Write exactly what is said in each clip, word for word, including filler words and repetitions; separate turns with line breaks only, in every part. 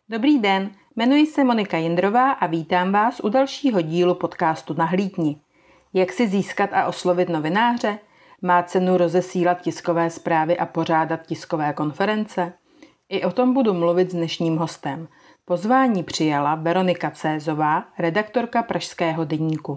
Dobrý den, jmenuji se Monika Jindrová a vítám vás u dalšího dílu podcastu Nahlídni. Jak si získat a oslovit novináře? Má cenu rozesílat tiskové zprávy a pořádat tiskové konference? I o tom budu mluvit s dnešním hostem. Pozvání přijala Veronika Cézová, redaktorka Pražského deníku.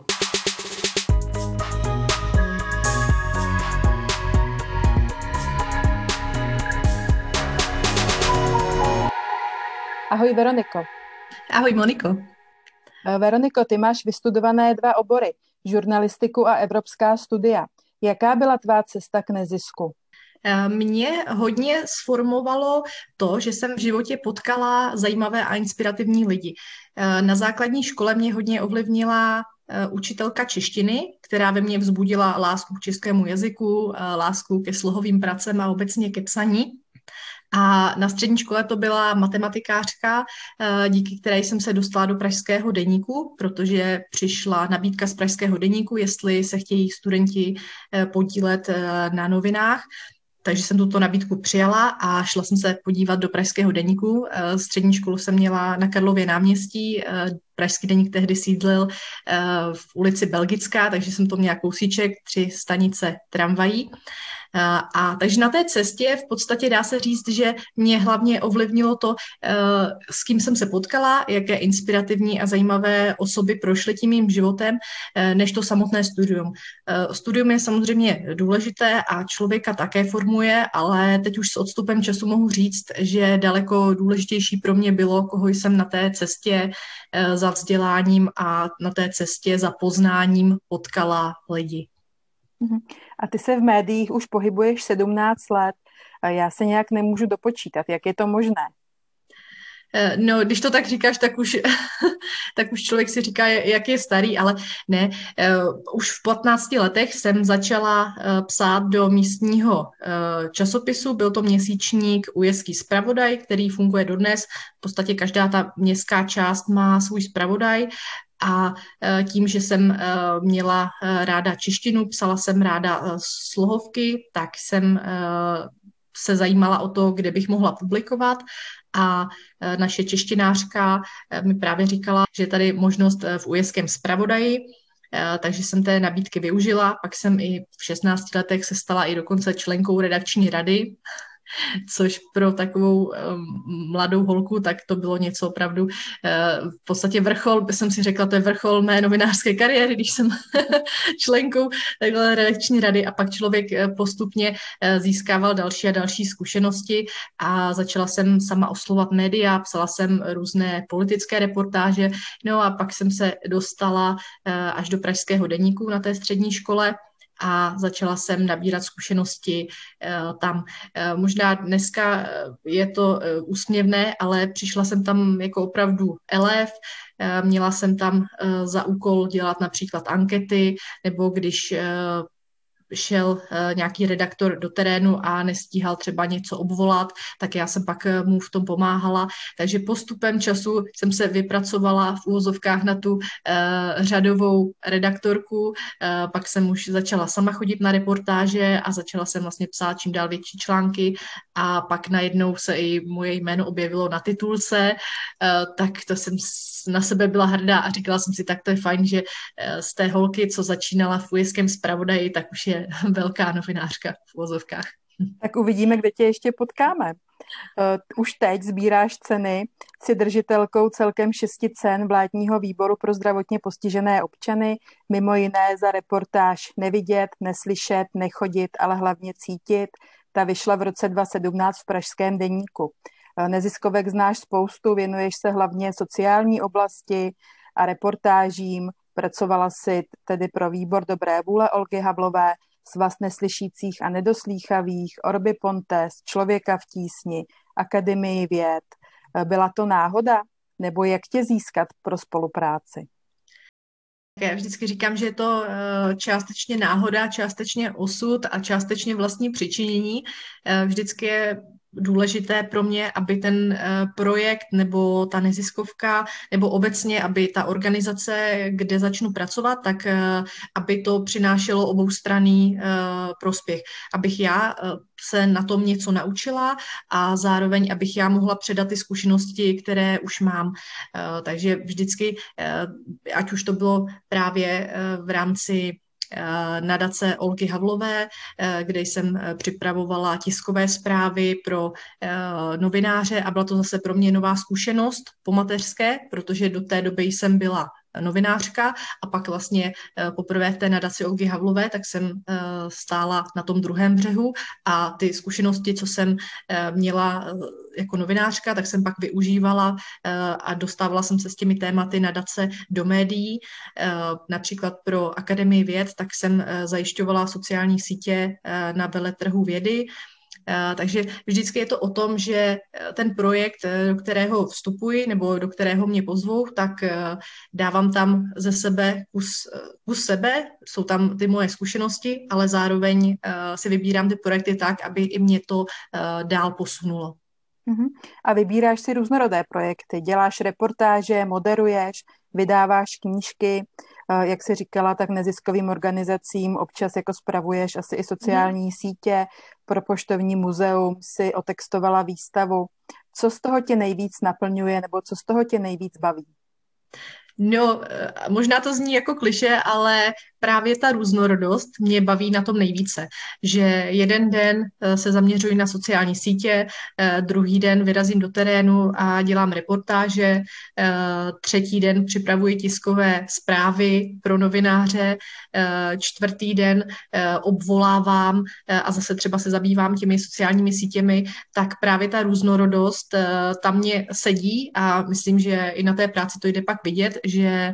Ahoj Veroniko.
Ahoj Moniko.
Veroniko, ty máš vystudované dva obory, žurnalistiku a evropská studia. Jaká byla tvá cesta k nezisku?
Mě hodně sformovalo to, že jsem v životě potkala zajímavé a inspirativní lidi. Na základní škole mě hodně ovlivnila učitelka češtiny, která ve mně vzbudila lásku k českému jazyku, lásku ke slohovým pracem a obecně ke psaní. A na střední škole to byla matematikářka, díky které jsem se dostala do Pražského deníku, protože přišla nabídka z Pražského deníku, jestli se chtějí studenti podílet na novinách. Takže jsem tuto nabídku přijala a šla jsem se podívat do Pražského deníku. Střední školu jsem měla na Karlově náměstí. Pražský deník tehdy sídlil v ulici Belgická, takže jsem to měla kousíček, tři stanice tramvají. A, a takže na té cestě v podstatě dá se říct, že mě hlavně ovlivnilo to, s kým jsem se potkala, jaké inspirativní a zajímavé osoby prošly tím mým životem, než to samotné studium. Studium je samozřejmě důležité a člověka také formuje, ale teď už s odstupem času mohu říct, že daleko důležitější pro mě bylo, koho jsem na té cestě za vzděláním a na té cestě za poznáním potkala lidi.
A ty se v médiích už pohybuješ sedmnáct let. Já se nějak nemůžu dopočítat. Jak je to možné?
No, když to tak říkáš, tak už, tak už člověk si říká, jak je starý, ale ne. Už v patnácti letech jsem začala psát do místního časopisu. Byl to měsíčník Újezdský zpravodaj, který funguje dodnes. V podstatě každá ta městská část má svůj zpravodaj. A tím, že jsem měla ráda češtinu, psala jsem ráda slohovky, tak jsem se zajímala o to, kde bych mohla publikovat. A naše češtinářka mi právě říkala, že je tady možnost v Újezdském zpravodaji, takže jsem té nabídky využila. Pak jsem i v šestnácti letech se stala i dokonce členkou redakční rady, což pro takovou um, mladou holku, tak to bylo něco opravdu uh, v podstatě vrchol, by jsem si řekla, to je vrchol mé novinářské kariéry, když jsem členkou takhle redakční rady a pak člověk postupně uh, získával další a další zkušenosti a začala jsem sama oslovovat média, psala jsem různé politické reportáže, no a pak jsem se dostala uh, až do Pražského deníku na té střední škole, a začala jsem nabírat zkušenosti uh, tam. Uh, možná dneska je to uh, úsměvné, ale přišla jsem tam jako opravdu elév. Uh, měla jsem tam uh, za úkol dělat například ankety, nebo když uh, šel uh, nějaký redaktor do terénu a nestíhal třeba něco obvolat, tak já jsem pak uh, mu v tom pomáhala. Takže postupem času jsem se vypracovala v úvozovkách na tu uh, řadovou redaktorku, uh, pak jsem už začala sama chodit na reportáže a začala jsem vlastně psát čím dál větší články a pak najednou se i moje jméno objevilo na titulce, uh, tak to jsem na sebe byla hrdá a říkala jsem si, tak to je fajn, že uh, z té holky, co začínala v Újezdském zpravodaji, tak už je velká novinářka v uvozovkách.
Tak uvidíme, kde tě ještě potkáme. Už teď sbíráš ceny, jsi držitelkou celkem šesti cen vládního výboru pro zdravotně postižené občany, mimo jiné za reportáž Nevidět, neslyšet, nechodit, ale hlavně cítit. Ta vyšla v roce dva tisíce sedmnáct v Pražském deníku. Neziskovek znáš spoustu, věnuješ se hlavně sociální oblasti a reportážím. Pracovala si tedy pro výbor dobré vůle Olgy Havlové, Svaz neslyšících a nedoslýchavých, Orby Pontes, Člověka v tísni, Akademii věd. Byla to náhoda? Nebo jak tě získat pro spolupráci?
Já vždycky říkám, že je to částečně náhoda, částečně osud a částečně vlastní přičinění. Vždycky je důležité pro mě, aby ten projekt nebo ta neziskovka nebo obecně, aby ta organizace, kde začnu pracovat, tak aby to přinášelo oboustranný prospěch. Abych já se na tom něco naučila a zároveň, abych já mohla předat ty zkušenosti, které už mám. Takže vždycky, ať už to bylo právě v rámci nadace Olgy Havlové, kde jsem připravovala tiskové zprávy pro novináře a byla to zase pro mě nová zkušenost po mateřské, protože do té doby jsem byla novinářka a pak vlastně poprvé v té nadaci Olgy Havlové, tak jsem stála na tom druhém břehu a ty zkušenosti, co jsem měla jako novinářka, tak jsem pak využívala a dostávala jsem se s těmi tématy nadace do médií. Například pro Akademii věd, tak jsem zajišťovala sociální sítě na veletrhu vědy. Takže vždycky je to o tom, že ten projekt, do kterého vstupuji nebo do kterého mě pozvou, tak dávám tam ze sebe kus, kus sebe, jsou tam ty moje zkušenosti, ale zároveň si vybírám ty projekty tak, aby i mě to dál posunulo.
Uh-huh. A vybíráš si různorodé projekty, děláš reportáže, moderuješ, vydáváš knížky, jak jsi říkala, tak neziskovým organizacím občas jako spravuješ asi i sociální uh-huh. sítě, pro Poštovní muzeum si otextovala výstavu. Co z toho tě nejvíc naplňuje nebo co z toho tě nejvíc baví?
No, možná to zní jako klišé, ale právě ta různorodost mě baví na tom nejvíce, že jeden den se zaměřuji na sociální sítě, druhý den vyrazím do terénu a dělám reportáže, třetí den připravuji tiskové zprávy pro novináře, čtvrtý den obvolávám a zase třeba se zabývám těmi sociálními sítěmi, tak právě ta různorodost tam mě sedí a myslím, že i na té práci to jde pak vidět, že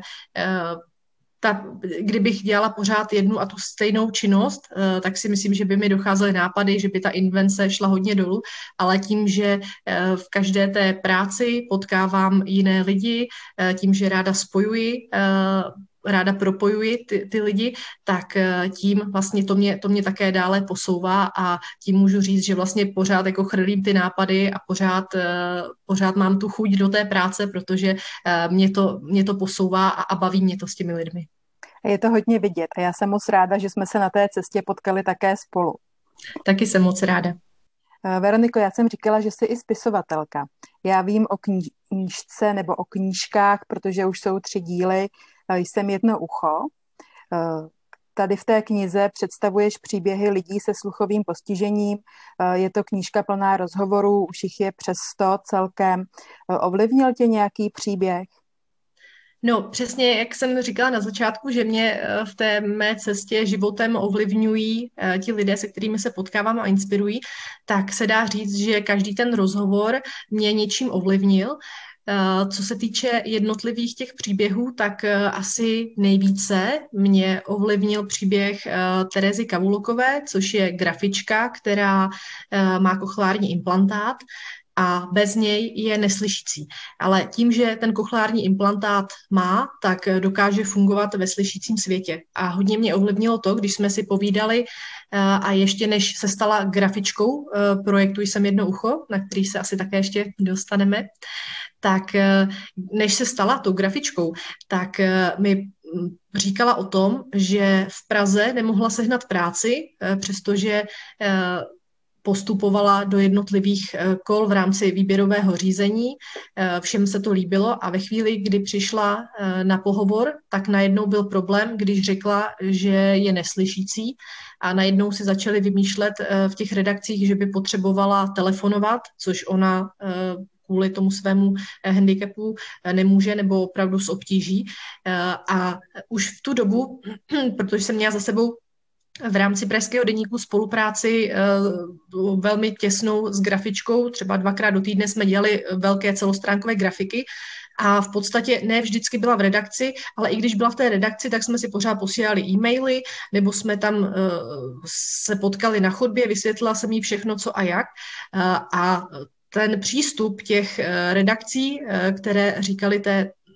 ta, kdybych dělala pořád jednu a tu stejnou činnost, tak si myslím, že by mi docházely nápady, že by ta invence šla hodně dolů, ale tím, že v každé té práci potkávám jiné lidi, tím, že ráda spojuji, ráda propojuji ty, ty lidi, tak tím vlastně to mě, to mě také dále posouvá a tím můžu říct, že vlastně pořád jako chrlím ty nápady a pořád, pořád mám tu chuť do té práce, protože mě to, mě to posouvá a, a baví mě to s těmi lidmi.
Je to hodně vidět a já jsem moc ráda, že jsme se na té cestě potkali také spolu.
Taky jsem moc ráda.
Veroniko, já jsem říkala, že jsi i spisovatelka. Já vím o knížce nebo o knížkách, protože už jsou tři díly, Jsem jedno ucho. Tady v té knize představuješ příběhy lidí se sluchovým postižením. Je to knížka plná rozhovorů, už jich je přes sto celkem. Ovlivnil tě nějaký příběh?
No, přesně jak jsem říkala na začátku, že mě v té mé cestě životem ovlivňují ti lidé, se kterými se potkávám a inspirují, tak se dá říct, že každý ten rozhovor mě něčím ovlivnil. Co se týče jednotlivých těch příběhů, tak asi nejvíce mě ovlivnil příběh Terezy Kavulokové, což je grafička, která má kochlární implantát a bez něj je neslyšící. Ale tím, že ten kochlární implantát má, tak dokáže fungovat ve slyšícím světě. A hodně mě ovlivnilo to, když jsme si povídali a ještě než se stala grafičkou projektu Jsem jedno ucho, na který se asi také ještě dostaneme, tak než se stala tou grafičkou, tak mi říkala o tom, že v Praze nemohla sehnat práci, přestože postupovala do jednotlivých kol v rámci výběrového řízení. Všem se to líbilo a ve chvíli, kdy přišla na pohovor, tak najednou byl problém, když řekla, že je neslyšící a najednou si začali vymýšlet v těch redakcích, že by potřebovala telefonovat, což ona kvůli tomu svému handicapu nemůže nebo opravdu s obtíží. A už v tu dobu, protože jsem měla za sebou v rámci Pražského deníku spolupráci uh, velmi těsnou s grafičkou, třeba dvakrát do týdne jsme dělali velké celostránkové grafiky a v podstatě ne vždycky byla v redakci, ale i když byla v té redakci, tak jsme si pořád posílali e-maily, nebo jsme tam uh, se potkali na chodbě, vysvětlila jsem jí všechno, co a jak uh, a ten přístup těch uh, redakcí, uh, které říkali té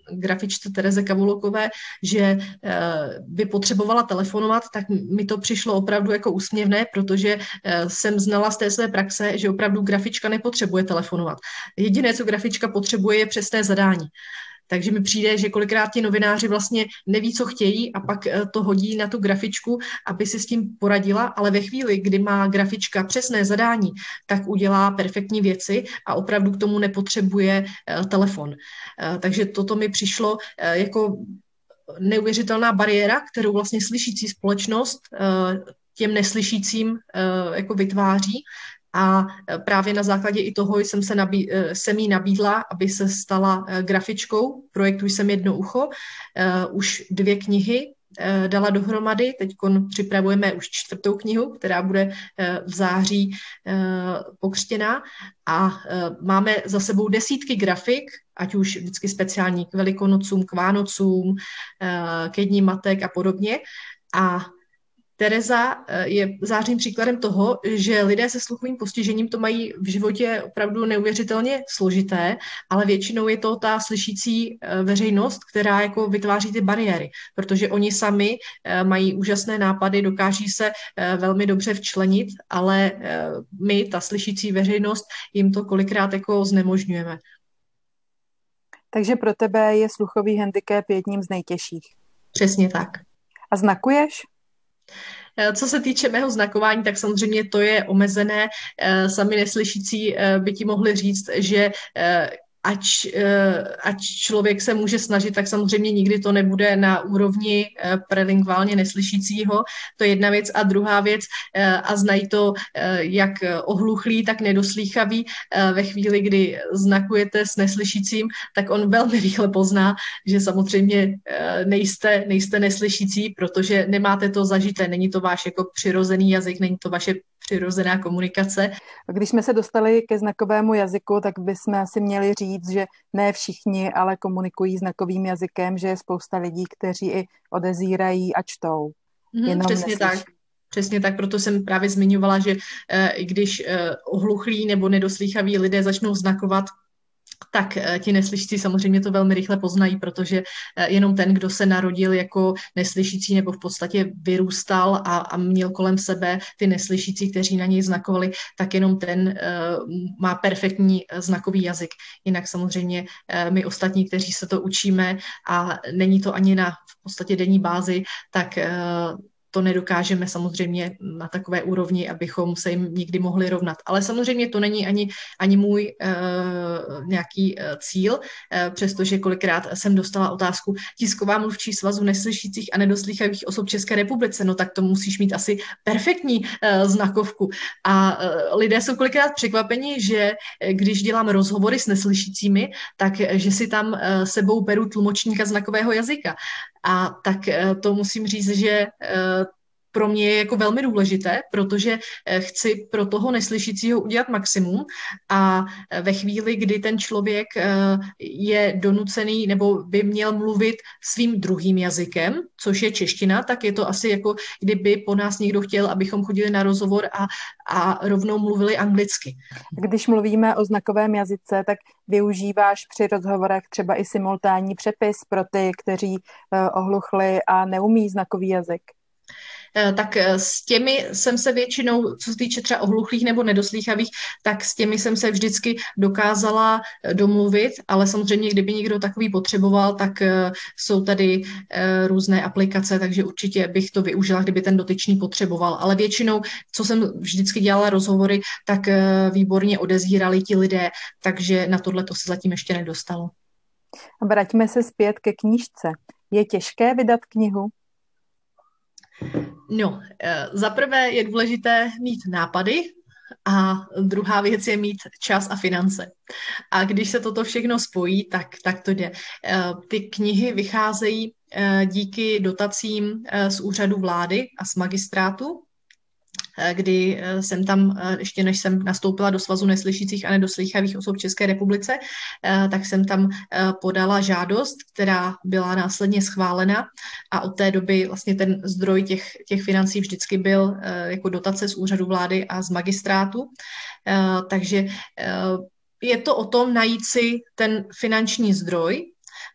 grafičce Tereze Kavulokové, že by potřebovala telefonovat, tak mi to přišlo opravdu jako úsměvné, protože jsem znala z té své praxe, že opravdu grafička nepotřebuje telefonovat. Jediné, co grafička potřebuje, je přesné zadání. Takže mi přijde, že kolikrát ti novináři vlastně neví, co chtějí a pak to hodí na tu grafičku, aby si s tím poradila, ale ve chvíli, kdy má grafička přesné zadání, tak udělá perfektní věci a opravdu k tomu nepotřebuje telefon. Takže toto mi přišlo jako neuvěřitelná bariéra, kterou vlastně slyšící společnost těm neslyšícím jako vytváří. A právě na základě i toho jsem, se nabí, jsem jí nabídla, aby se stala grafičkou projektu Jsem jedno ucho. Už dvě knihy dala dohromady, teď připravujeme už čtvrtou knihu, která bude v září pokřtěná a máme za sebou desítky grafik, ať už vždycky speciální k Velikonocům, k Vánocům, ke Dní matek a podobně. A Tereza je zářným příkladem toho, že lidé se sluchovým postižením to mají v životě opravdu neuvěřitelně složité, ale většinou je to ta slyšící veřejnost, která jako vytváří ty bariéry, protože oni sami mají úžasné nápady, dokáží se velmi dobře včlenit, ale my, ta slyšící veřejnost, jim to kolikrát jako znemožňujeme.
Takže pro tebe je sluchový handicap jedním z nejtěžších.
Přesně tak.
A znakuješ?
Co se týče mého znakování, tak samozřejmě to je omezené. Sami neslyšící by ti mohli říct, že ať, ať člověk se může snažit, tak samozřejmě nikdy to nebude na úrovni prelingválně neslyšícího. To je jedna věc. A druhá věc, a znají to jak ohluchlí, tak nedoslýchaví. Ve chvíli, kdy znakujete s neslyšícím, tak on velmi rychle pozná, že samozřejmě nejste, nejste neslyšící, protože nemáte to zažité. Není to váš jako přirozený jazyk, není to vaše přirozená komunikace.
Když jsme se dostali ke znakovému jazyku, tak bychom asi měli říct, že ne všichni, ale komunikují znakovým jazykem, že je spousta lidí, kteří i odezírají a čtou.
Hmm, přesně neslyší. tak. Přesně tak, proto jsem právě zmiňovala, že eh, i když eh, ohluchlí nebo nedoslýchaví lidé začnou znakovat, tak ti neslyšící samozřejmě to velmi rychle poznají, protože jenom ten, kdo se narodil jako neslyšící nebo v podstatě vyrůstal a, a měl kolem sebe ty neslyšící, kteří na něj znakovali, tak jenom ten uh, má perfektní znakový jazyk. Jinak samozřejmě uh, my ostatní, kteří se to učíme a není to ani na v podstatě denní bázi, tak uh, to nedokážeme samozřejmě na takové úrovni, abychom se jim nikdy mohli rovnat. Ale samozřejmě to není ani, ani můj uh, nějaký uh, cíl, uh, přestože kolikrát jsem dostala otázku tisková mluvčí Svazu neslyšících a nedoslýchavých osob České republice, no tak to musíš mít asi perfektní uh, znakovku. A uh, lidé jsou kolikrát překvapeni, že když dělám rozhovory s neslyšícími, tak že si tam uh, sebou beru tlumočníka znakového jazyka. A tak to musím říct, že pro mě je jako velmi důležité, protože chci pro toho neslyšícího udělat maximum a ve chvíli, kdy ten člověk je donucený nebo by měl mluvit svým druhým jazykem, což je čeština, tak je to asi jako kdyby po nás někdo chtěl, abychom chodili na rozhovor a, a rovnou mluvili anglicky.
Když mluvíme o znakovém jazyce, tak využíváš při rozhovorech třeba i simultánní přepis pro ty, kteří ohluchli a neumí znakový jazyk?
Tak s těmi jsem se většinou, co se týče třeba ohluchlých nebo nedoslýchavých, tak s těmi jsem se vždycky dokázala domluvit, ale samozřejmě, kdyby někdo takový potřeboval, tak jsou tady různé aplikace, takže určitě bych to využila, kdyby ten dotyčný potřeboval. Ale většinou, co jsem vždycky dělala rozhovory, tak výborně odezírali ti lidé, takže na tohle to se zatím ještě nedostalo.
Vraťme se zpět ke knížce. Je těžké vydat knihu?
No, za prvé je důležité mít nápady a druhá věc je mít čas a finance. A když se toto všechno spojí, tak, tak to jde. Ty knihy vycházejí díky dotacím z úřadu vlády a z magistrátu, kdy jsem tam, ještě než jsem nastoupila do Svazu neslyšících a nedoslýchavých osob České republice, tak jsem tam podala žádost, která byla následně schválena a od té doby vlastně ten zdroj těch, těch financí vždycky byl jako dotace z úřadu vlády a z magistrátu. Takže je to o tom najít si ten finanční zdroj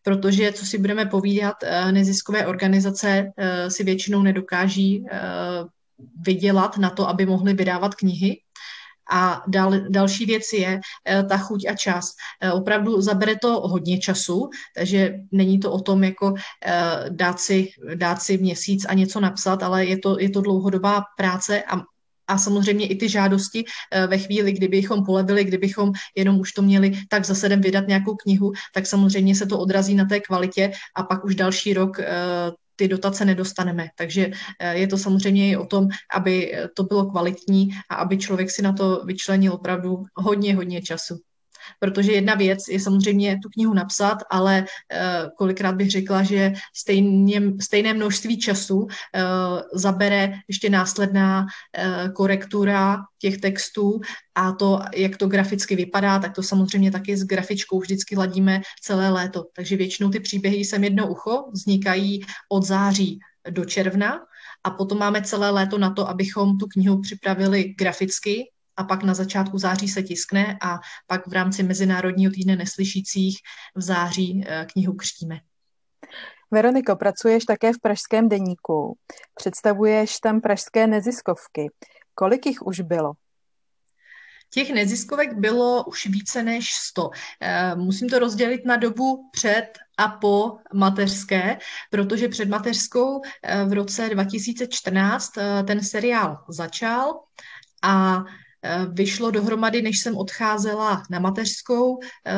protože, co si budeme povídat, neziskové organizace si většinou nedokáží vydělat na to, aby mohly vydávat knihy. A dal, další věc je ta chuť a čas. Opravdu zabere to hodně času, takže není to o tom, jako dát si, dát si měsíc a něco napsat, ale je to, je to dlouhodobá práce a A samozřejmě i ty žádosti ve chvíli, kdybychom polevili, kdybychom jenom už to měli tak za sedm vydat nějakou knihu, tak samozřejmě se to odrazí na té kvalitě a pak už další rok ty dotace nedostaneme. Takže je to samozřejmě i o tom, aby to bylo kvalitní a aby člověk si na to vyčlenil opravdu hodně, hodně času. Protože jedna věc je samozřejmě tu knihu napsat, ale uh, kolikrát bych řekla, že stejně, stejné množství času uh, zabere ještě následná uh, korektura těch textů a to, jak to graficky vypadá, tak to samozřejmě taky s grafičkou vždycky ladíme celé léto. Takže většinou ty příběhy Jsem jedno ucho vznikají od září do června a potom máme celé léto na to, abychom tu knihu připravili graficky, a pak na začátku září se tiskne a pak v rámci Mezinárodního týdne neslyšících v září knihu křtíme.
Veroniko, pracuješ také v Pražském deníku. Představuješ tam pražské neziskovky. Kolik jich už bylo?
Těch neziskovek bylo už více než sto. Musím to rozdělit na dobu před a po mateřské, protože před mateřskou v roce dva tisíce čtrnáct ten seriál začal a vyšlo dohromady, než jsem odcházela na mateřskou,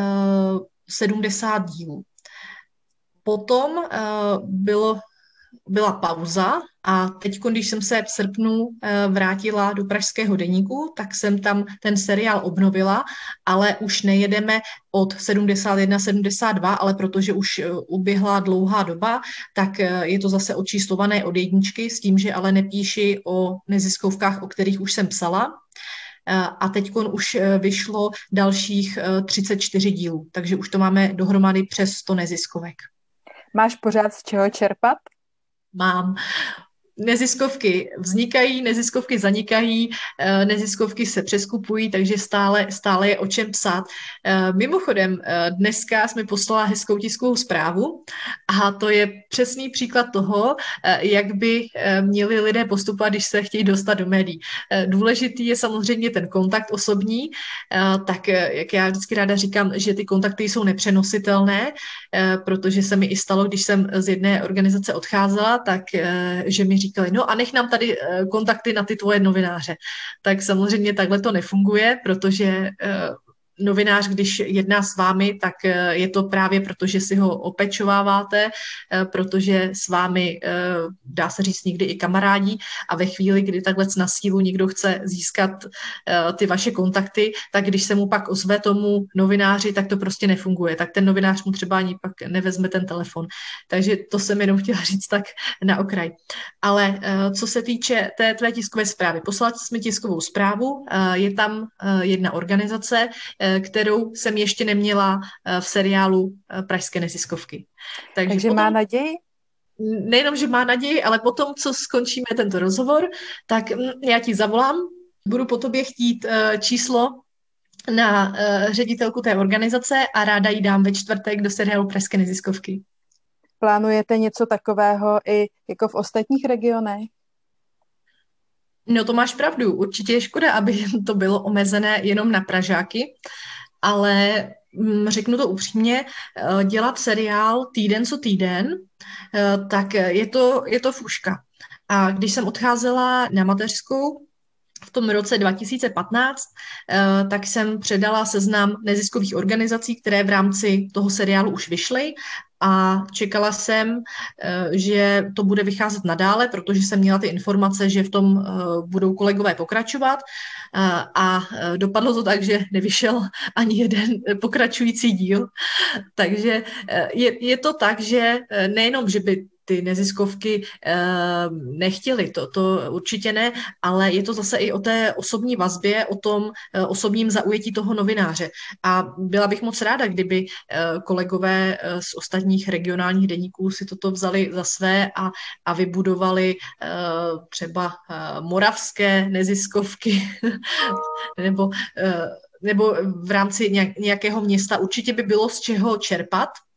sedmdesát dílů. Potom bylo, byla pauza a teď, když jsem se v srpnu vrátila do Pražského deníku, tak jsem tam ten seriál obnovila, ale už nejedeme od sedmdesát jedna sedmdesát dva, ale protože už uběhla dlouhá doba, tak je to zase očíslované od jedničky, s tím, že ale nepíši o neziskovkách, o kterých už jsem psala. A teď už vyšlo dalších třicet čtyři dílů, takže už to máme dohromady přes sto neziskovek.
Máš pořád z čeho čerpat?
Mám. Neziskovky vznikají, neziskovky zanikají, neziskovky se přeskupují, takže stále, stále je o čem psát. Mimochodem, dneska jsme poslala hezkou tiskovou zprávu a to je přesný příklad toho, jak by měli lidé postupovat, když se chtějí dostat do médií. Důležitý je samozřejmě ten kontakt osobní, tak jak já vždycky ráda říkám, že ty kontakty jsou nepřenositelné, protože se mi i stalo, když jsem z jedné organizace odcházela, tak že mi říkali, no a nech nám tady kontakty na ty tvoje novináře. Tak samozřejmě takhle to nefunguje, protože novinář, když jedná s vámi, tak je to právě proto, že si ho opečováváte, protože s vámi, dá se říct, někdy i kamarádí a ve chvíli, kdy takhle na sílu někdo chce získat ty vaše kontakty, tak když se mu pak ozve tomu novináři, tak to prostě nefunguje. Tak ten novinář mu třeba ani pak nevezme ten telefon. Takže to jsem jenom chtěla říct tak na okraj. Ale co se týče té tvé tiskové zprávy, poslala jsme tiskovou zprávu, je tam jedna organizace, kterou jsem ještě neměla v seriálu Pražské neziskovky.
Takže, Takže potom, má naději?
Nejenom, že má naději, ale potom, co skončíme tento rozhovor, tak já ti zavolám, budu po tobě chtít číslo na ředitelku té organizace a ráda jí dám ve čtvrtek do seriálu Pražské neziskovky.
Plánujete něco takového i jako v ostatních regionech?
No to máš pravdu, určitě je škoda, aby to bylo omezené jenom na Pražáky, ale řeknu to upřímně, dělat seriál týden co týden, tak je to, je to fuška. A když jsem odcházela na mateřskou v tom roce dva tisíce patnáct, tak jsem předala seznam neziskových organizací, které v rámci toho seriálu už vyšly a čekala jsem, že to bude vycházet nadále, protože jsem měla ty informace, že v tom budou kolegové pokračovat a dopadlo to tak, že nevyšel ani jeden pokračující díl. Takže je, je to tak, že nejenom, že by ty neziskovky eh, nechtěli, to, to určitě ne, ale je to zase i o té osobní vazbě, o tom eh, osobním zaujetí toho novináře. A byla bych moc ráda, kdyby eh, kolegové eh, z ostatních regionálních deníků si toto vzali za své a, a vybudovali eh, třeba eh, moravské neziskovky nebo, eh, nebo v rámci nějakého města. Určitě by bylo z čeho čerpat.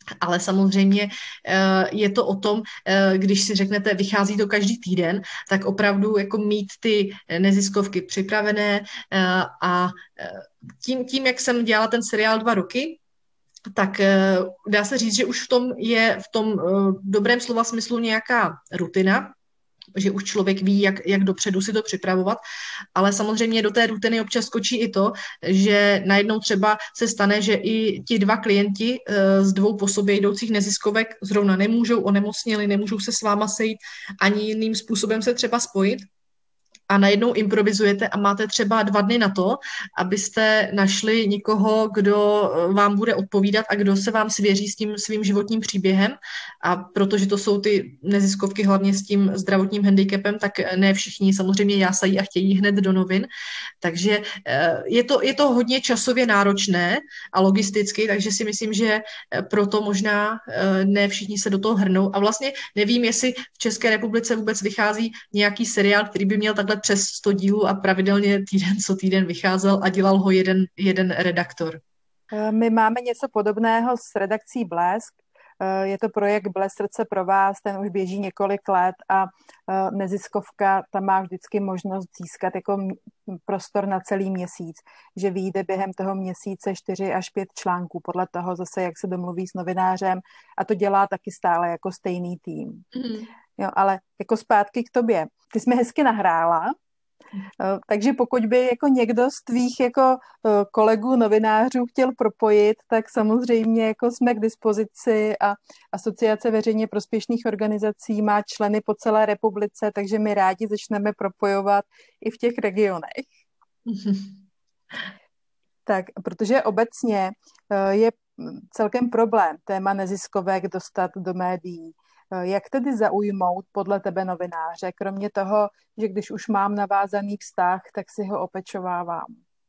Ale samozřejmě je to o tom, když si řeknete, vychází to každý týden, tak opravdu jako mít ty neziskovky připravené a tím, tím, jak jsem dělala ten seriál dva roky, tak dá se říct, že už v tom je v tom dobrém slova smyslu nějaká rutina, že už člověk ví, jak, jak dopředu si to připravovat, ale samozřejmě do té rutiny občas skočí i to, že najednou třeba se stane, že i ti dva klienti z dvou po sobě jdoucích neziskovek zrovna nemůžou, onemocněli, nemůžou se s váma sejít, ani jiným způsobem se třeba spojit. A najednou improvizujete a máte třeba dva dny na to, abyste našli někoho, kdo vám bude odpovídat a kdo se vám svěří s tím svým životním příběhem. A protože to jsou ty neziskovky hlavně s tím zdravotním handicapem, tak ne všichni samozřejmě jásají a chtějí hned do novin. Takže je to, je to hodně časově náročné a logisticky, takže si myslím, že proto možná ne všichni se do toho hrnou. A vlastně nevím, jestli v České republice vůbec vychází nějaký seriál, který by měl takhle přes sto dílů a pravidelně týden co týden vycházel a dělal ho jeden, jeden redaktor.
My máme něco podobného s redakcí Blesk. Je to projekt Blesk srdce pro vás, ten už běží několik let a neziskovka tam má vždycky možnost získat jako prostor na celý měsíc, že vyjde během toho měsíce čtyři až pět článků, podle toho zase, jak se domluví s novinářem a to dělá taky stále jako stejný tým. Mm. Jo, ale jako zpátky k tobě. Ty jsi mi hezky nahrála, takže pokud by jako někdo z tvých jako kolegů novinářů chtěl propojit, tak samozřejmě jako jsme k dispozici a Asociace veřejně prospěšných organizací má členy po celé republice, takže my rádi začneme propojovat i v těch regionech. Tak, protože obecně je celkem problém téma neziskovek dostat do médií. Jak tedy zaujmout podle tebe novináře, kromě toho, že když už mám navázaný vztah, tak si ho opečovávám?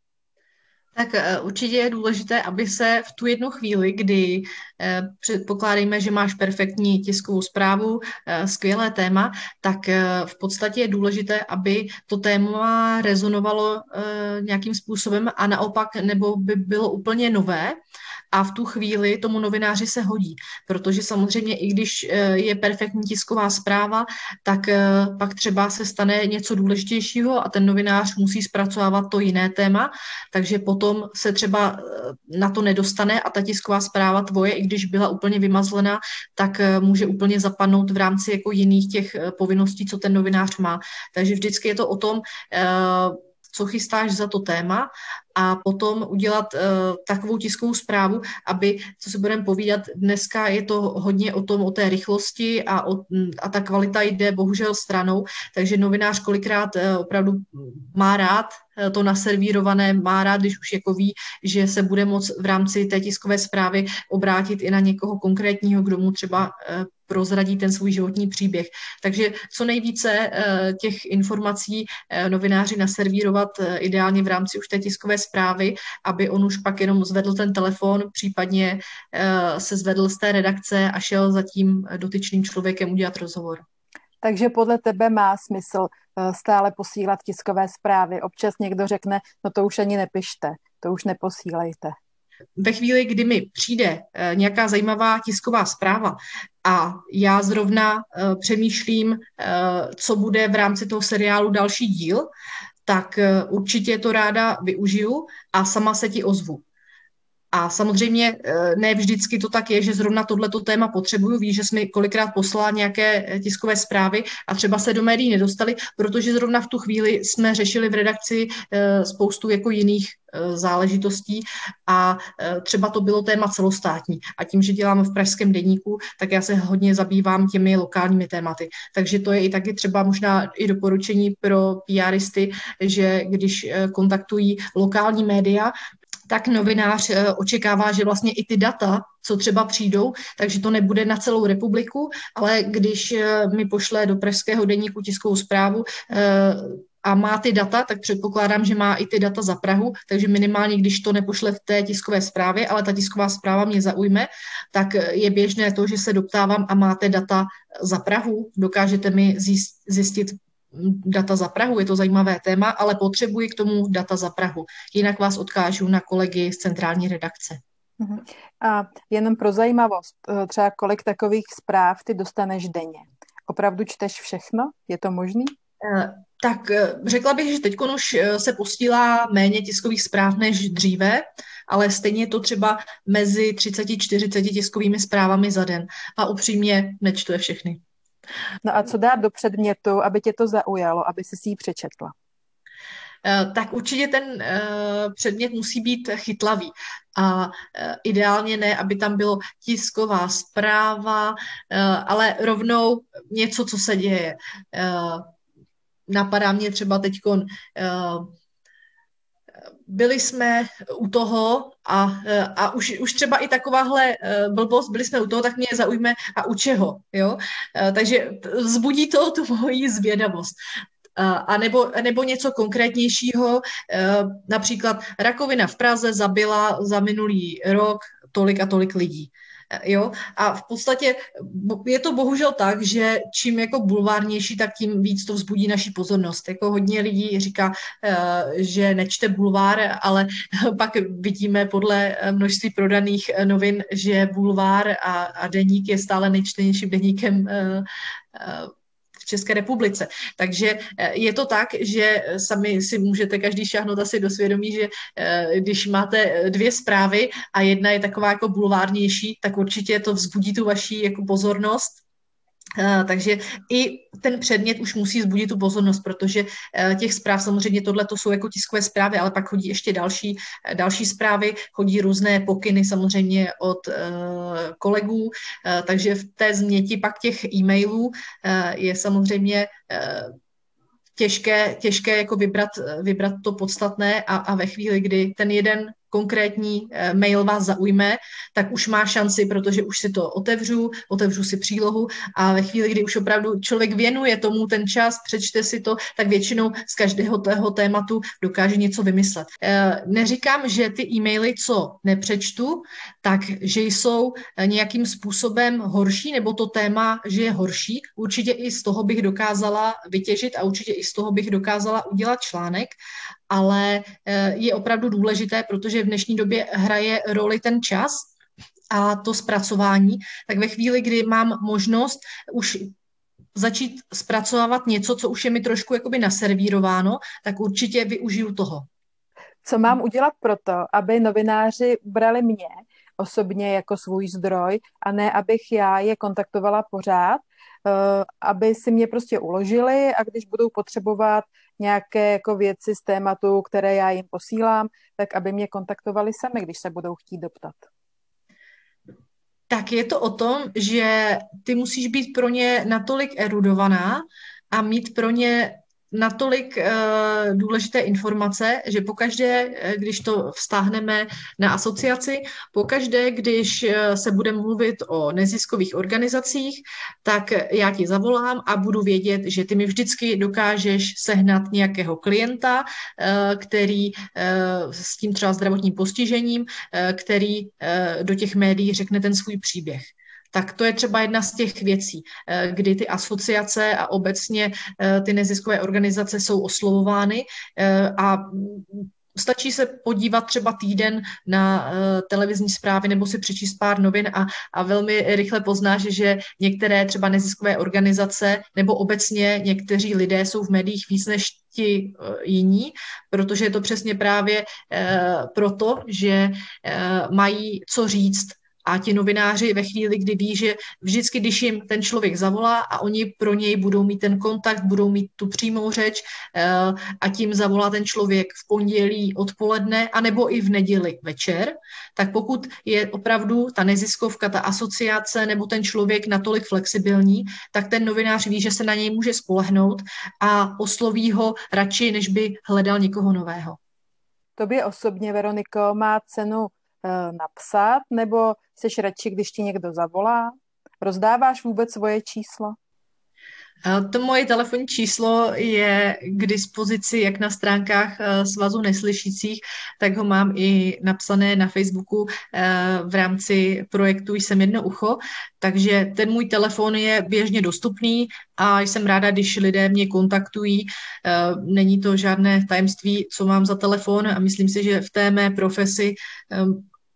Tak určitě je důležité, aby se v tu jednu chvíli, kdy předpokládejme, že máš perfektní tiskovou zprávu, skvělé téma, tak v podstatě je důležité, aby to téma rezonovalo nějakým způsobem a naopak nebo by bylo úplně nové, a v tu chvíli tomu novináři se hodí, protože samozřejmě i když je perfektní tisková zpráva, tak pak třeba se stane něco důležitějšího a ten novinář musí zpracovávat to jiné téma, takže potom se třeba na to nedostane a ta tisková zpráva tvoje, i když byla úplně vymazlená, tak může úplně zapadnout v rámci jako jiných těch povinností, co ten novinář má. Takže vždycky je to o tom, co chystáš za to téma a potom udělat uh, takovou tiskovou zprávu, aby, co si budeme povídat, dneska je to hodně o tom, o té rychlosti a, o, a ta kvalita jde bohužel stranou, takže novinář kolikrát uh, opravdu má rád uh, to naservírované, má rád, když už jako ví, že se bude moct v rámci té tiskové zprávy obrátit i na někoho konkrétního, kdo mu třeba uh, prozradí ten svůj životní příběh. Takže co nejvíce těch informací novináři naservírovat ideálně v rámci už té tiskové zprávy, aby on už pak jenom zvedl ten telefon, případně se zvedl z té redakce a šel za tím dotyčným člověkem udělat rozhovor.
Takže podle tebe má smysl stále posílat tiskové zprávy. Občas někdo řekne, no to už ani nepište, to už neposílejte.
Ve chvíli, kdy mi přijde nějaká zajímavá tisková zpráva a já zrovna uh, přemýšlím, uh, co bude v rámci toho seriálu další díl, tak uh, určitě to ráda využiju a sama se ti ozvu. A samozřejmě ne vždycky to tak je, že zrovna tohleto téma potřebuju. Víš, že jsi mi kolikrát poslala nějaké tiskové zprávy a třeba se do médií nedostali, protože zrovna v tu chvíli jsme řešili v redakci spoustu jako jiných záležitostí a třeba to bylo téma celostátní. A tím, že dělám v pražském deníku, tak já se hodně zabývám těmi lokálními tématy. Takže to je i taky třeba možná i doporučení pro PRisty, že když kontaktují lokální média, tak novinář očekává, že vlastně i ty data, co třeba přijdou, takže to nebude na celou republiku, ale když mi pošle do pražského deníku tiskovou zprávu a má ty data, tak předpokládám, že má i ty data za Prahu, takže minimálně, když to nepošle v té tiskové zprávě, ale ta tisková zpráva mě zaujme, tak je běžné to, že se doptávám a máte data za Prahu, dokážete mi zjistit data za Prahu, je to zajímavé téma, ale potřebuji k tomu data za Prahu. Jinak vás odkážu na kolegy z centrální redakce.
Mhm. A jenom pro zajímavost, třeba kolik takových zpráv ty dostaneš denně? Opravdu čteš všechno? Je to možný?
Tak řekla bych, že teď už se posílá méně tiskových zpráv než dříve, ale stejně je to třeba mezi třicet čtyřicet tiskovými zprávami za den. A upřímně nečtu je všechny.
No a co dát do předmětu, aby tě to zaujalo, aby si ji přečetla?
Tak určitě ten předmět musí být chytlavý. A ideálně ne, aby tam bylo tisková zpráva, ale rovnou něco, co se děje. Napadá mě třeba teďkon, byli jsme u toho a, a už, už třeba i takováhle blbost, byli jsme u toho, tak mě zaujme a u čeho, jo? Takže vzbudí to tu moji zvědavost. A nebo, nebo něco konkrétnějšího, například rakovina v Praze zabila za minulý rok tolik a tolik lidí. Jo? A v podstatě je to bohužel tak, že čím jako bulvárnější, tak tím víc to vzbudí naši pozornost. Jako hodně lidí říká, že nečte bulvár, ale pak vidíme podle množství prodaných novin, že bulvár a, a deník je stále nejčtenějším deníkem v České republice. Takže je to tak, že sami si můžete každý šáhnout asi do svědomí, že když máte dvě zprávy a jedna je taková jako bulvárnější, tak určitě to vzbudí tu vaši jako pozornost. Takže i ten předmět už musí vzbudit tu pozornost, protože těch zpráv samozřejmě tohle to jsou jako tiskové zprávy, ale pak chodí ještě další, další zprávy, chodí různé pokyny samozřejmě od kolegů, takže v té změti pak těch e-mailů je samozřejmě těžké, těžké jako vybrat, vybrat to podstatné a, a ve chvíli, kdy ten jeden konkrétní mail vás zaujme, tak už má šanci, protože už si to otevřu, otevřu si přílohu a ve chvíli, kdy už opravdu člověk věnuje tomu ten čas, přečte si to, tak většinou z každého toho tématu dokáže něco vymyslet. Neříkám, že ty e-maily, co nepřečtu, tak že jsou nějakým způsobem horší, nebo to téma, že je horší. Určitě i z toho bych dokázala vytěžit a určitě i z toho bych dokázala udělat článek, ale je opravdu důležité, protože v dnešní době hraje roli ten čas a to zpracování, tak ve chvíli, kdy mám možnost už začít zpracovávat něco, co už je mi trošku jakoby naservírováno, tak určitě využiju toho.
Co mám udělat proto, aby novináři brali mě osobně jako svůj zdroj a ne, abych já je kontaktovala pořád, aby si mě prostě uložili a když budou potřebovat nějaké jako věci z tématu, které já jim posílám, tak aby mě kontaktovali sami, když se budou chtít doptat.
Tak je to o tom, že ty musíš být pro ně natolik erudovaná a mít pro ně natolik uh, důležité informace, že pokaždé, když to vztáhneme na asociaci, pokaždé, když se bude mluvit o neziskových organizacích, tak já ti zavolám a budu vědět, že ty mi vždycky dokážeš sehnat nějakého klienta, uh, který uh, s tím třeba zdravotním postižením, uh, který uh, do těch médií řekne ten svůj příběh. Tak to je třeba jedna z těch věcí, kdy ty asociace a obecně ty neziskové organizace jsou oslovovány a stačí se podívat třeba týden na televizní zprávy nebo si přečíst pár novin a, a velmi rychle poznáš, že některé třeba neziskové organizace nebo obecně někteří lidé jsou v médiích víc než ti jiní, protože je to přesně právě proto, že mají co říct. A ti novináři ve chvíli, kdy ví, že vždycky, když jim ten člověk zavolá a oni pro něj budou mít ten kontakt, budou mít tu přímou řeč a tím zavolá ten člověk v pondělí odpoledne anebo i v neděli večer, tak pokud je opravdu ta neziskovka, ta asociace nebo ten člověk natolik flexibilní, tak ten novinář ví, že se na něj může spolehnout a osloví ho radši, než by hledal někoho nového.
Tobě osobně, Veroniko, má cenu napsat, nebo seš radši, když ti někdo zavolá? Rozdáváš vůbec svoje číslo?
To moje telefonní číslo je k dispozici jak na stránkách Svazu neslyšících, tak ho mám i napsané na Facebooku v rámci projektu Jsem jedno ucho, takže ten můj telefon je běžně dostupný a jsem ráda, když lidé mě kontaktují. Není to žádné tajemství, co mám za telefon a myslím si, že v té mé profesi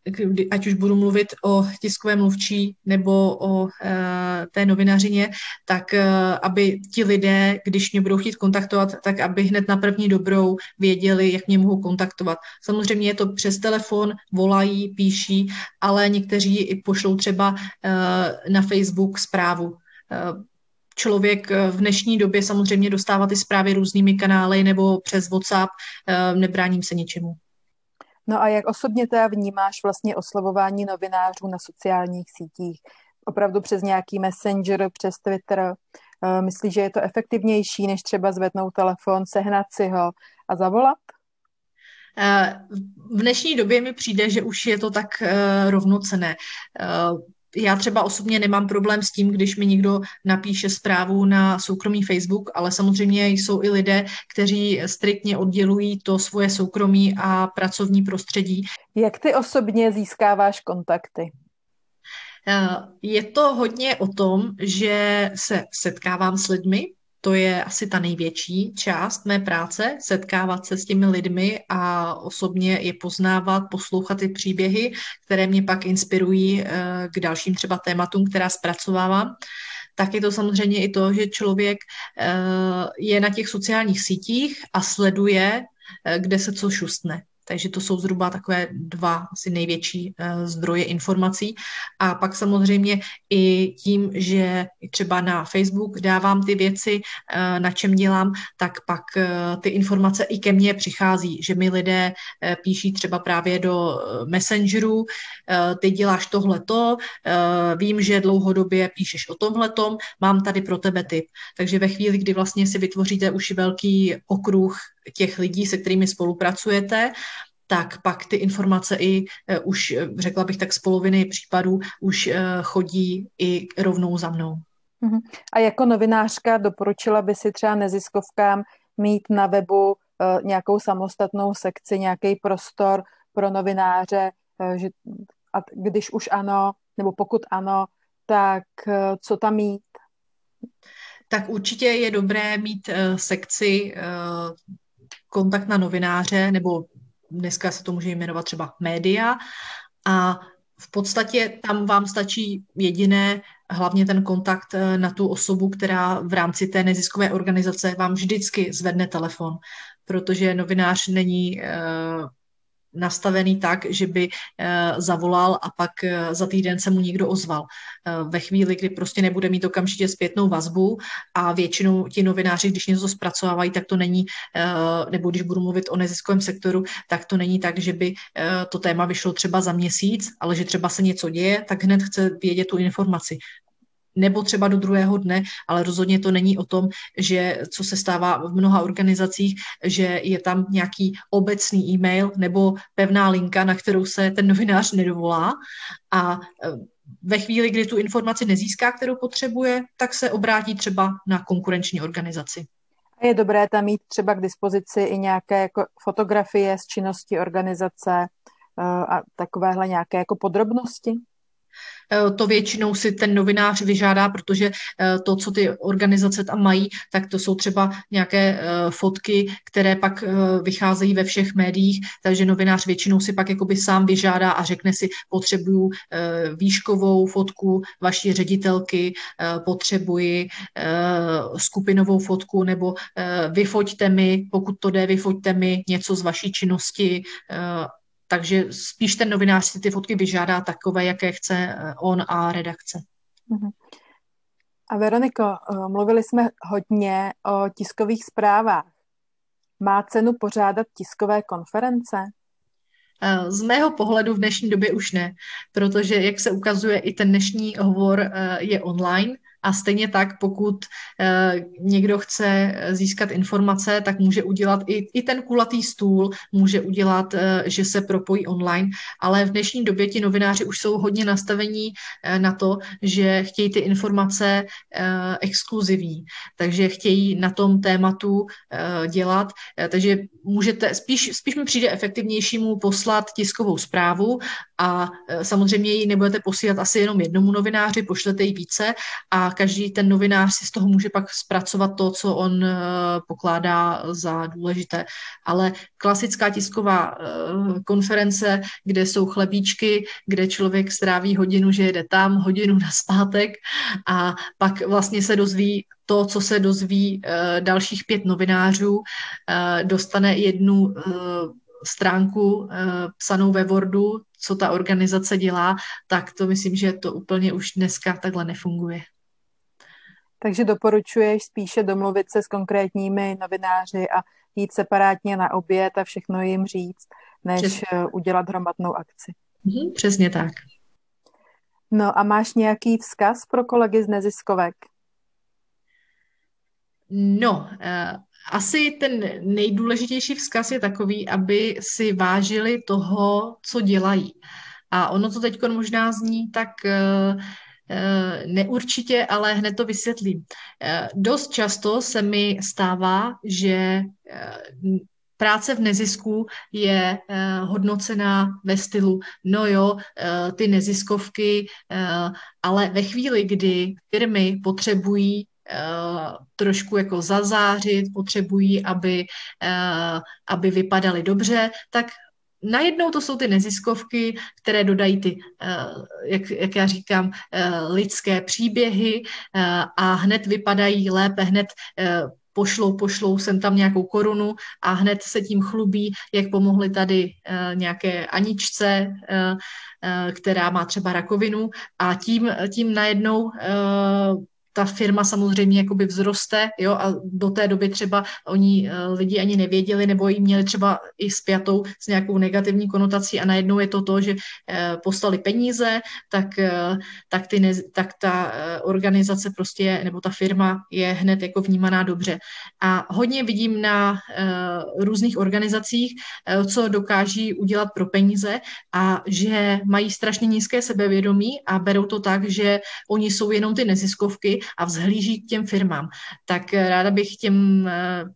ať už budu mluvit o tiskové mluvčí nebo o té novinařině, tak aby ti lidé, když mě budou chtít kontaktovat, tak aby hned na první dobrou věděli, jak mě mohou kontaktovat. Samozřejmě je to přes telefon, volají, píší, ale někteří i pošlou třeba na Facebook zprávu. Člověk v dnešní době samozřejmě dostává ty zprávy různými kanály nebo přes WhatsApp, nebráním se ničemu.
No a jak osobně teda vnímáš vlastně oslovování novinářů na sociálních sítích? Opravdu přes nějaký Messenger, přes Twitter? Myslíš, že je to efektivnější, než třeba zvednout telefon, sehnat si ho a zavolat?
V dnešní době mi přijde, že už je to tak rovnocenné. Já třeba osobně nemám problém s tím, když mi někdo napíše zprávu na soukromý Facebook, ale samozřejmě jsou i lidé, kteří striktně oddělují to svoje soukromí a pracovní prostředí.
Jak ty osobně získáváš kontakty?
Je to hodně o tom, že se setkávám s lidmi. To je asi ta největší část mé práce, setkávat se s těmi lidmi a osobně je poznávat, poslouchat ty příběhy, které mě pak inspirují k dalším třeba tématům, která zpracovávám. Tak je to samozřejmě i to, že člověk je na těch sociálních sítích a sleduje, kde se co šustne. Takže to jsou zhruba takové dva asi největší zdroje informací. A pak samozřejmě i tím, že třeba na Facebook dávám ty věci, na čem dělám, tak pak ty informace i ke mně přichází, že mi lidé píší třeba právě do Messengeru, ty děláš tohleto, vím, že dlouhodobě píšeš o tomhletom, mám tady pro tebe tip. Takže ve chvíli, kdy vlastně si vytvoříte už velký okruh těch lidí, se kterými spolupracujete, tak pak ty informace i uh, už, řekla bych tak z poloviny případů, už uh, chodí i rovnou za mnou.
Uh-huh. A jako novinářka doporučila by si třeba neziskovkám mít na webu uh, nějakou samostatnou sekci, nějaký prostor pro novináře, uh, že, a když už ano, nebo pokud ano, tak uh, co tam mít?
Tak určitě je dobré mít uh, sekci uh, kontakt na novináře, nebo dneska se to může jmenovat třeba média a v podstatě tam vám stačí jediné, hlavně ten kontakt na tu osobu, která v rámci té neziskové organizace vám vždycky zvedne telefon, protože novinář není nastavený tak, že by zavolal a pak za týden se mu někdo ozval. Ve chvíli, kdy prostě nebude mít okamžitě zpětnou vazbu a většinou ti novináři, když něco zpracovávají, tak to není, nebo když budu mluvit o neziskovém sektoru, tak to není tak, že by to téma vyšlo třeba za měsíc, ale že třeba se něco děje, tak hned chce vědět tu informaci. Nebo třeba do druhého dne, ale rozhodně to není o tom, že co se stává v mnoha organizacích, že je tam nějaký obecný e-mail nebo pevná linka, na kterou se ten novinář nedovolá a ve chvíli, kdy tu informaci nezíská, kterou potřebuje, tak se obrátí třeba na konkurenční organizaci.
A je dobré tam mít třeba k dispozici i nějaké jako fotografie z činnosti organizace a takovéhle nějaké jako podrobnosti?
To většinou si ten novinář vyžádá, protože to, co ty organizace tam mají, tak to jsou třeba nějaké fotky, které pak vycházejí ve všech médiích, takže novinář většinou si pak jakoby sám vyžádá a řekne si, potřebuju výškovou fotku vaší ředitelky, potřebuji skupinovou fotku, nebo vyfoťte mi, pokud to jde, vyfoťte mi něco z vaší činnosti. Takže spíš ten novinář si ty fotky vyžádá takové, jaké chce on a redakce.
A Veroniko, mluvili jsme hodně o tiskových zprávách. Má cenu pořádat tiskové konference?
Z mého pohledu v dnešní době už ne, protože, jak se ukazuje, i ten dnešní hovor je online. A stejně tak, pokud e, někdo chce získat informace, tak může udělat i, i ten kulatý stůl, může udělat, e, že se propojí online, ale v dnešní době ti novináři už jsou hodně nastavení e, na to, že chtějí ty informace e, exkluzivní, takže chtějí na tom tématu e, dělat, e, takže můžete, spíš, spíš mi přijde efektivnější mu poslat tiskovou zprávu a e, samozřejmě ji nebudete posílat asi jenom jednomu novináři, pošlete ji více a a každý ten novinář si z toho může pak zpracovat to, co on pokládá za důležité. Ale klasická tisková konference, kde jsou chlebíčky, kde člověk stráví hodinu, že jede tam, hodinu nazpátek a pak vlastně se dozví to, co se dozví dalších pět novinářů, dostane jednu stránku psanou ve Wordu, co ta organizace dělá, tak to myslím, že to úplně už dneska takhle nefunguje.
Takže doporučuješ spíše domluvit se s konkrétními novináři a jít separátně na oběd a všechno jim říct, než Přesně. udělat hromadnou akci.
Mhm, přesně tak.
No a máš nějaký vzkaz pro kolegy z neziskovek?
No, uh, asi ten nejdůležitější vzkaz je takový, aby si vážili toho, co dělají. A ono to teď možná zní tak uh, neurčitě, ale hned to vysvětlím. Dost často se mi stává, že práce v nezisku je hodnocená ve stylu, no jo, ty neziskovky, ale ve chvíli, kdy firmy potřebují trošku jako zazářit, potřebují, aby, aby vypadaly dobře, tak najednou to jsou ty neziskovky, které dodají ty, jak, jak já říkám, lidské příběhy a hned vypadají lépe, hned pošlou, pošlou sem tam nějakou korunu a hned se tím chlubí, jak pomohli tady nějaké Aničce, která má třeba rakovinu a tím, tím najednou ta firma samozřejmě jakoby vzroste, jo, a do té doby třeba oni lidi ani nevěděli, nebo ji měli třeba i spjatou s nějakou negativní konotací a najednou je to to, že poslali peníze, tak, tak, ty ne, tak ta organizace prostě, nebo ta firma je hned jako vnímaná dobře. A hodně vidím na různých organizacích, co dokáží udělat pro peníze a že mají strašně nízké sebevědomí a berou to tak, že oni jsou jenom ty neziskovky a vzhlíží k těm firmám. Tak ráda bych těm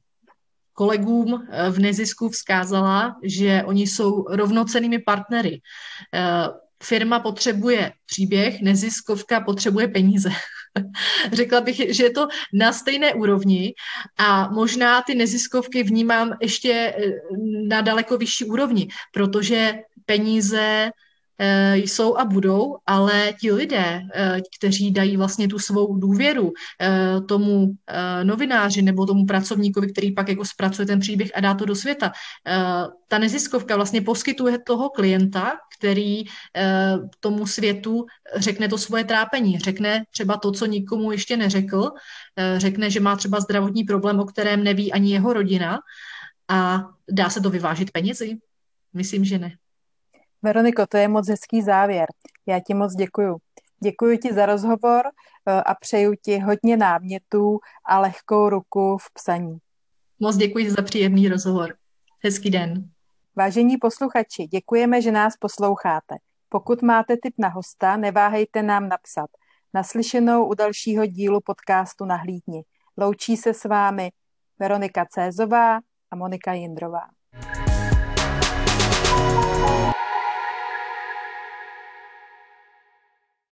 kolegům v nezisku vzkázala, že oni jsou rovnocennými partnery. Firma potřebuje příběh, neziskovka potřebuje peníze. Řekla bych, že je to na stejné úrovni a možná ty neziskovky vnímám ještě na daleko vyšší úrovni, protože peníze jsou a budou, ale ti lidé, kteří dají vlastně tu svou důvěru tomu novináři nebo tomu pracovníkovi, který pak jako zpracuje ten příběh a dá to do světa, ta neziskovka vlastně poskytuje toho klienta, který tomu světu řekne to svoje trápení, řekne třeba to, co nikomu ještě neřekl, řekne, že má třeba zdravotní problém, o kterém neví ani jeho rodina a dá se to vyvážit penězi? Myslím, že ne.
Veroniko, to je moc hezký závěr. Já ti moc děkuju. Děkuji ti za rozhovor a přeju ti hodně námětů a lehkou ruku v psaní.
Moc děkuji za příjemný rozhovor. Hezký den.
Vážení posluchači, děkujeme, že nás posloucháte. Pokud máte tip na hosta, neváhejte nám napsat. Naslyšenou u dalšího dílu podcastu Nahlídni. Loučí se s vámi Veronika Cézová a Monika Jindrová.